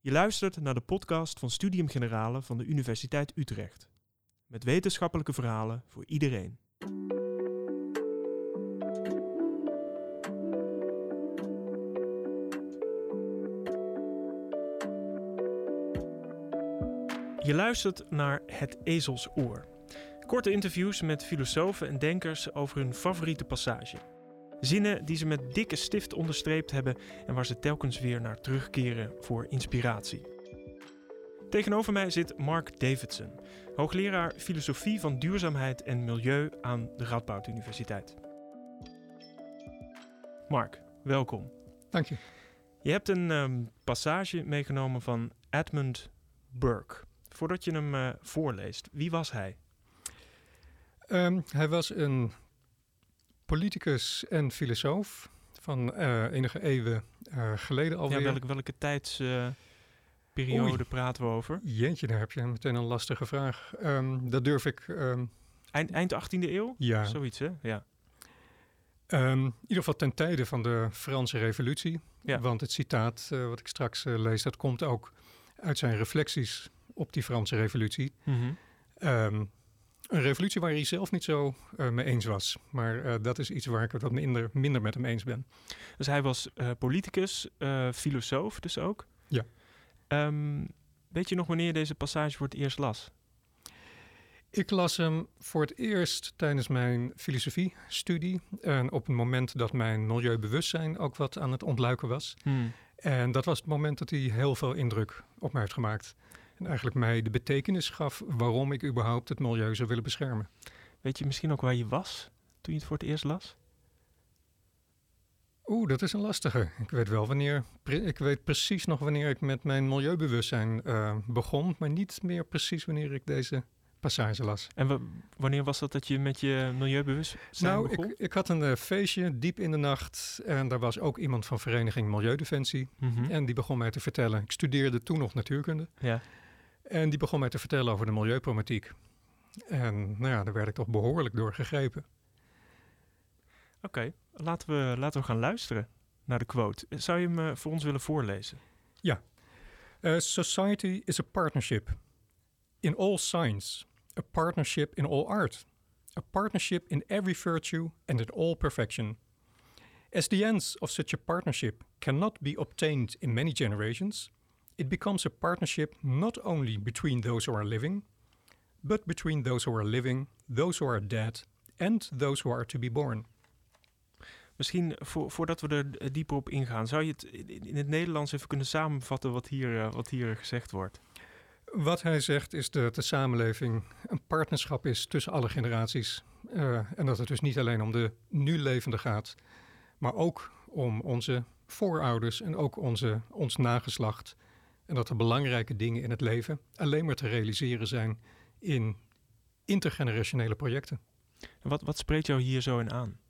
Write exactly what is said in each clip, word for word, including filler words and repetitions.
Je luistert naar de podcast van Studium Generale van de Universiteit Utrecht. Met wetenschappelijke verhalen voor iedereen. Je luistert naar Het Ezelsoor. Korte interviews met filosofen en denkers over hun favoriete passage. Zinnen die ze met dikke stift onderstreept hebben en waar ze telkens weer naar terugkeren voor inspiratie. Tegenover mij zit Mark Davidson, hoogleraar filosofie van duurzaamheid en milieu aan de Radboud Universiteit. Mark, welkom. Dank je. Je hebt een um, passage meegenomen van Edmund Burke. Voordat je hem uh, voorleest, wie was hij? Um, hij was een politicus en filosoof van uh, enige eeuwen uh, geleden alweer. Ja, welke, welke tijdsperiode uh, praten we over? Jeetje, daar heb je meteen een lastige vraag. Um, dat durf ik... Um, Eind, eind achttiende eeuw? Ja. Zoiets, hè? Ja. Um, in ieder geval ten tijde van de Franse Revolutie. Ja. Want het citaat uh, wat ik straks uh, lees, dat komt ook uit zijn reflecties op die Franse Revolutie. Mm-hmm. Um, Een revolutie waar hij zelf niet zo uh, mee eens was. Maar uh, dat is iets waar ik het wat minder, minder met hem eens ben. Dus hij was uh, politicus, uh, filosoof dus ook. Ja. Um, weet je nog wanneer je deze passage voor het eerst las? Ik las hem voor het eerst tijdens mijn filosofiestudie. En op het moment dat mijn milieubewustzijn ook wat aan het ontluiken was. Hmm. En dat was het moment dat hij heel veel indruk op mij heeft gemaakt. En eigenlijk mij de betekenis gaf waarom ik überhaupt het milieu zou willen beschermen. Weet je misschien ook waar je was toen je het voor het eerst las? Oeh, dat is een lastige. Ik weet wel wanneer. Ik weet precies nog wanneer ik met mijn milieubewustzijn uh, begon, maar niet meer precies wanneer ik deze passage las. En w- wanneer was dat dat je met je milieubewustzijn nou, begon? Nou, ik, ik had een uh, feestje diep in de nacht en daar was ook iemand van vereniging Milieudefensie. Mm-hmm. En die begon mij te vertellen. Ik studeerde toen nog natuurkunde. Ja. En die begon mij te vertellen over de milieuproblematiek. En nou ja, daar werd ik toch behoorlijk door gegrepen. Oké, okay, laten we, laten we gaan luisteren naar de quote. Zou je hem uh, voor ons willen voorlezen? Ja. Uh, Society is a partnership in all science. A partnership in all art. A partnership in every virtue and in all perfection. As the ends of such a partnership cannot be obtained in many generations, it becomes a partnership not only between those who are living, but between those who are living, those who are dead, and those who are to be born. Misschien voor, voordat we er dieper op ingaan, zou je het in het Nederlands even kunnen samenvatten wat hier, uh, wat hier gezegd wordt? Wat hij zegt is dat de samenleving een partnerschap is tussen alle generaties. Uh, en dat het dus niet alleen om de nu levenden gaat, maar ook om onze voorouders en ook onze, ons nageslacht. En dat er belangrijke dingen in het leven alleen maar te realiseren zijn in intergenerationele projecten. En wat, wat spreekt jou hier zo in aan?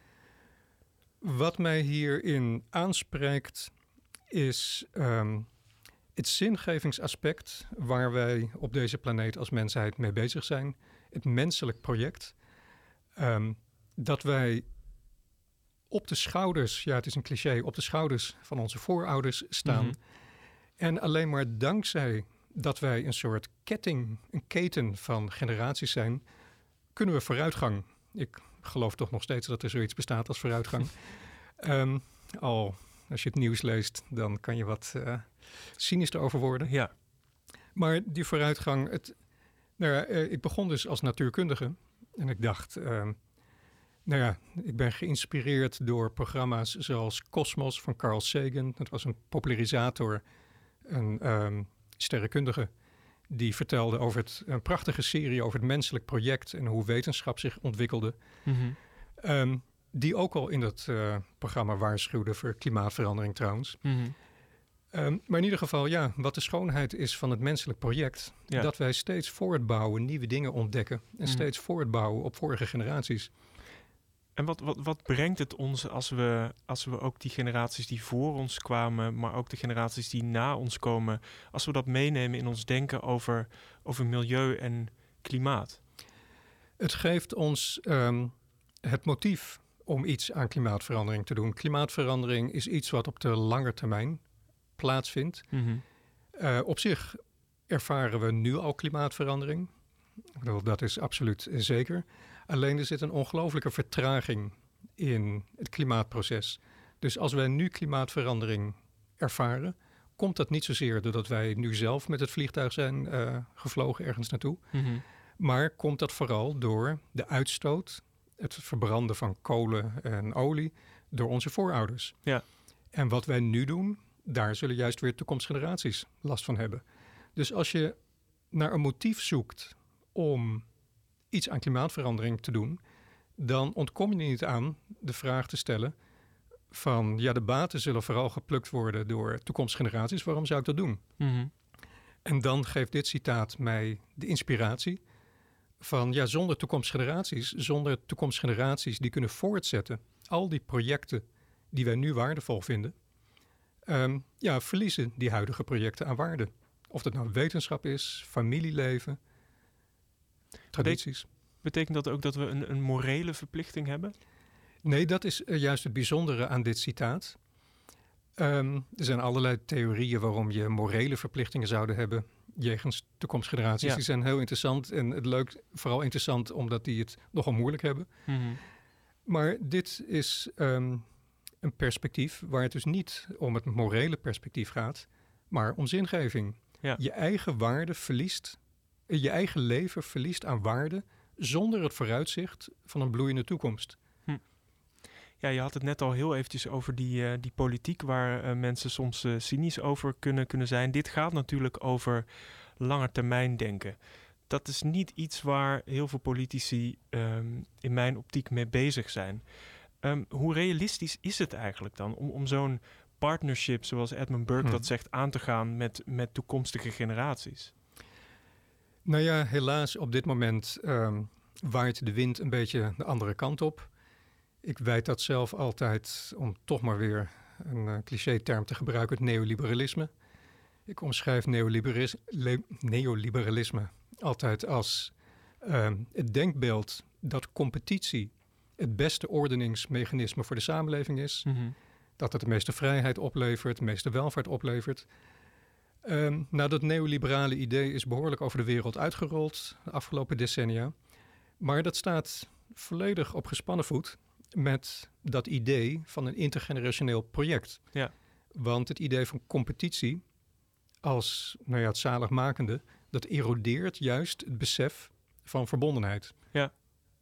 Wat mij hierin aanspreekt is um, het zingevingsaspect waar wij op deze planeet als mensheid mee bezig zijn. Het menselijk project. Um, dat wij op de schouders, ja het is een cliché, op de schouders van onze voorouders staan. Mm-hmm. En alleen maar dankzij dat wij een soort ketting, een keten van generaties zijn, kunnen we vooruitgang. Ik geloof toch nog steeds dat er zoiets bestaat als vooruitgang. um, al als je het nieuws leest, dan kan je wat uh, cynisch erover worden. Ja. Maar die vooruitgang, het, nou ja, uh, ik begon dus als natuurkundige en ik dacht, uh, nou ja, ik ben geïnspireerd door programma's zoals Cosmos van Carl Sagan. Dat was een popularisator, een um, sterrenkundige, die vertelde over het, een prachtige serie over het menselijk project en hoe wetenschap zich ontwikkelde. Mm-hmm. Um, die ook al in dat uh, programma waarschuwde voor klimaatverandering trouwens. Mm-hmm. Um, maar in ieder geval, ja, wat de schoonheid is van het menselijk project, ja. Dat wij steeds voortbouwen, nieuwe dingen ontdekken en mm-hmm. steeds voortbouwen op vorige generaties. En wat, wat, wat brengt het ons als we, als we ook die generaties die voor ons kwamen, maar ook de generaties die na ons komen, als we dat meenemen in ons denken over, over milieu en klimaat? Het geeft ons um, het motief om iets aan klimaatverandering te doen. Klimaatverandering is iets wat op de lange termijn plaatsvindt. Mm-hmm. Uh, op zich ervaren we nu al klimaatverandering. Ik bedoel, dat is absoluut zeker. Alleen er zit een ongelooflijke vertraging in het klimaatproces. Dus als wij nu klimaatverandering ervaren, komt dat niet zozeer doordat wij nu zelf met het vliegtuig zijn uh, gevlogen ergens naartoe. Mm-hmm. Maar komt dat vooral door de uitstoot, het verbranden van kolen en olie door onze voorouders. Ja. En wat wij nu doen, daar zullen juist weer toekomstgeneraties last van hebben. Dus als je naar een motief zoekt om iets aan klimaatverandering te doen, dan ontkom je niet aan de vraag te stellen van, ja, de baten zullen vooral geplukt worden door toekomstgeneraties. Waarom zou ik dat doen? Mm-hmm. En dan geeft dit citaat mij de inspiratie van, ja, zonder toekomstgeneraties, zonder toekomstgeneraties die kunnen voortzetten al die projecten die wij nu waardevol vinden, um, ja, verliezen die huidige projecten aan waarde. Of dat nou wetenschap is, familieleven, tradities. Betekent dat ook dat we een, een morele verplichting hebben? Nee, dat is uh, juist het bijzondere aan dit citaat. Um, er zijn allerlei theorieën waarom je morele verplichtingen zouden hebben jegens toekomstgeneraties. Ja. Die zijn heel interessant en het leuk, vooral interessant omdat die het nogal moeilijk hebben. Mm-hmm. Maar dit is um, een perspectief waar het dus niet om het morele perspectief gaat, maar om zingeving. Ja. Je eigen waarde verliest, je eigen leven verliest aan waarde zonder het vooruitzicht van een bloeiende toekomst. Hm. Ja, je had het net al heel eventjes over die, uh, die politiek waar uh, mensen soms uh, cynisch over kunnen, kunnen zijn. Dit gaat natuurlijk over langetermijn denken. Dat is niet iets waar heel veel politici um, in mijn optiek mee bezig zijn. Um, hoe realistisch is het eigenlijk dan om, om zo'n partnership, zoals Edmund Burke hm. dat zegt, aan te gaan met, met toekomstige generaties? Nou ja, helaas op dit moment um, waait de wind een beetje de andere kant op. Ik wijd dat zelf altijd, om toch maar weer een uh, cliché-term te gebruiken, het neoliberalisme. Ik omschrijf neoliberis- le- neoliberalisme altijd als uh, het denkbeeld dat competitie het beste ordeningsmechanisme voor de samenleving is. Mm-hmm. Dat het de meeste vrijheid oplevert, de meeste welvaart oplevert. Um, nou, dat neoliberale idee is behoorlijk over de wereld uitgerold de afgelopen decennia. Maar dat staat volledig op gespannen voet met dat idee van een intergenerationeel project. Ja. Want het idee van competitie als, nou ja, het zaligmakende, dat erodeert juist het besef van verbondenheid. Ja.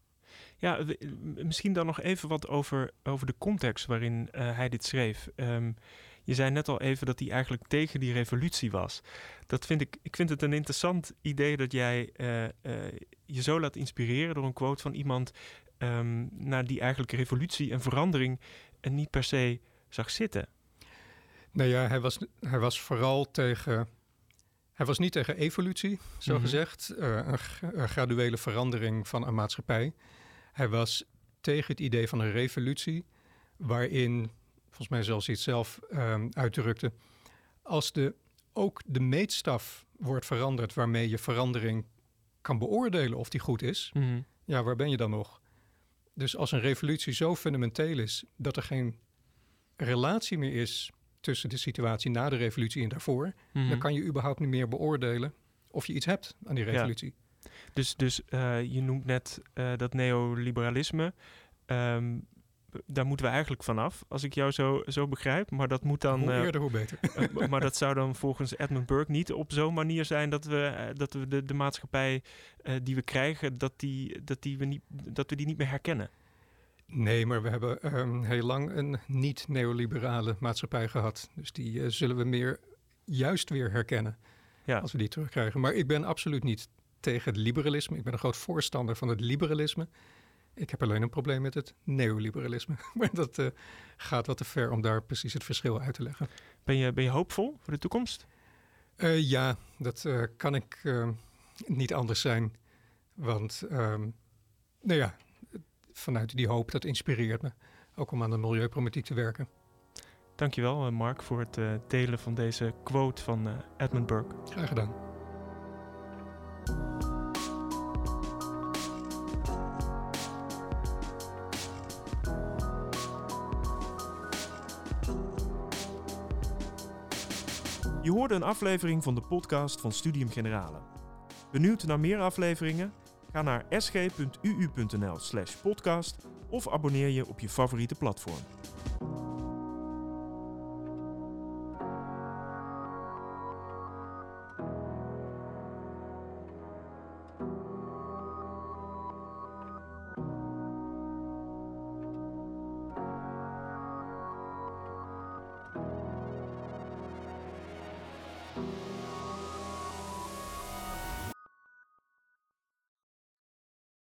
Ja, we, misschien dan nog even wat over, over de context waarin uh, hij dit schreef. Um, je zei net al even dat hij eigenlijk tegen die revolutie was. Dat vind ik, ik vind het een interessant idee dat jij uh, uh, je zo laat inspireren door een quote van iemand um, naar die eigenlijk revolutie en verandering uh, niet per se zag zitten. Nou ja, hij was, hij was vooral tegen. Hij was niet tegen evolutie, zo mm-hmm. gezegd. Uh, een, een graduele verandering van een maatschappij. Hij was tegen het idee van een revolutie, waarin, volgens mij zoals hij het zelf um, uitdrukte, als de, ook de meetstaf wordt veranderd waarmee je verandering kan beoordelen of die goed is, mm-hmm. ja, waar ben je dan nog? Dus als een revolutie zo fundamenteel is dat er geen relatie meer is tussen de situatie na de revolutie en daarvoor, mm-hmm. dan kan je überhaupt niet meer beoordelen of je iets hebt aan die revolutie. Ja. Dus, dus uh, je noemt net uh, dat neoliberalisme. Um, daar moeten we eigenlijk vanaf, als ik jou zo, zo begrijp. Maar dat moet dan. Hoe uh, eerder, hoe beter. uh, maar dat zou dan volgens Edmund Burke niet op zo'n manier zijn dat we, uh, dat we de, de maatschappij uh, die we krijgen, dat, die, dat, die we niet, dat we die niet meer herkennen. Nee, maar we hebben um, heel lang een niet-neoliberale maatschappij gehad. Dus die uh, zullen we meer juist weer herkennen ja. als we die terugkrijgen. Maar ik ben absoluut niet tegen het liberalisme. Ik ben een groot voorstander van het liberalisme. Ik heb alleen een probleem met het neoliberalisme. Maar dat uh, gaat wat te ver om daar precies het verschil uit te leggen. Ben je, ben je hoopvol voor de toekomst? Uh, ja, dat uh, kan ik uh, niet anders zijn. Want, um, nou ja, vanuit die hoop, dat inspireert me. Ook om aan de milieuproblematiek te werken. Dankjewel, Mark, voor het uh, delen van deze quote van uh, Edmund Burke. Graag gedaan. Je hoorde een aflevering van de podcast van Studium Generale. Benieuwd naar meer afleveringen? Ga naar sg.uu.nl slash podcast of abonneer je op je favoriete platform.